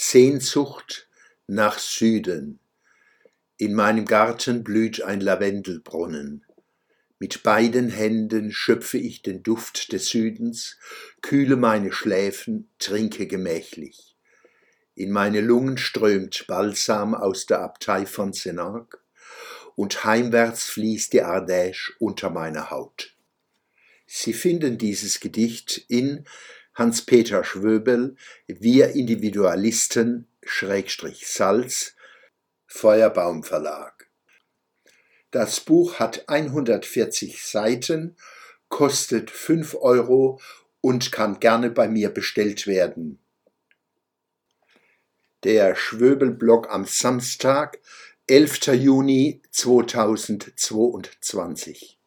Sehnsucht nach Süden. In meinem Garten blüht ein Lavendelbrunnen. Mit beiden Händen schöpfe ich den Duft des Südens, kühle meine Schläfen, trinke gemächlich. In meine Lungen strömt Balsam aus der Abtei von Sénac und heimwärts fließt die Ardèche unter meiner Haut. Sie finden dieses Gedicht in Hans-Peter Schwöbel, Wir Individualisten /Salz, Feuerbaum Verlag. Das Buch hat 140 Seiten, kostet 5 € und kann gerne bei mir bestellt werden. Der Schwöbel-Blog am Samstag, 11. Juni 2022.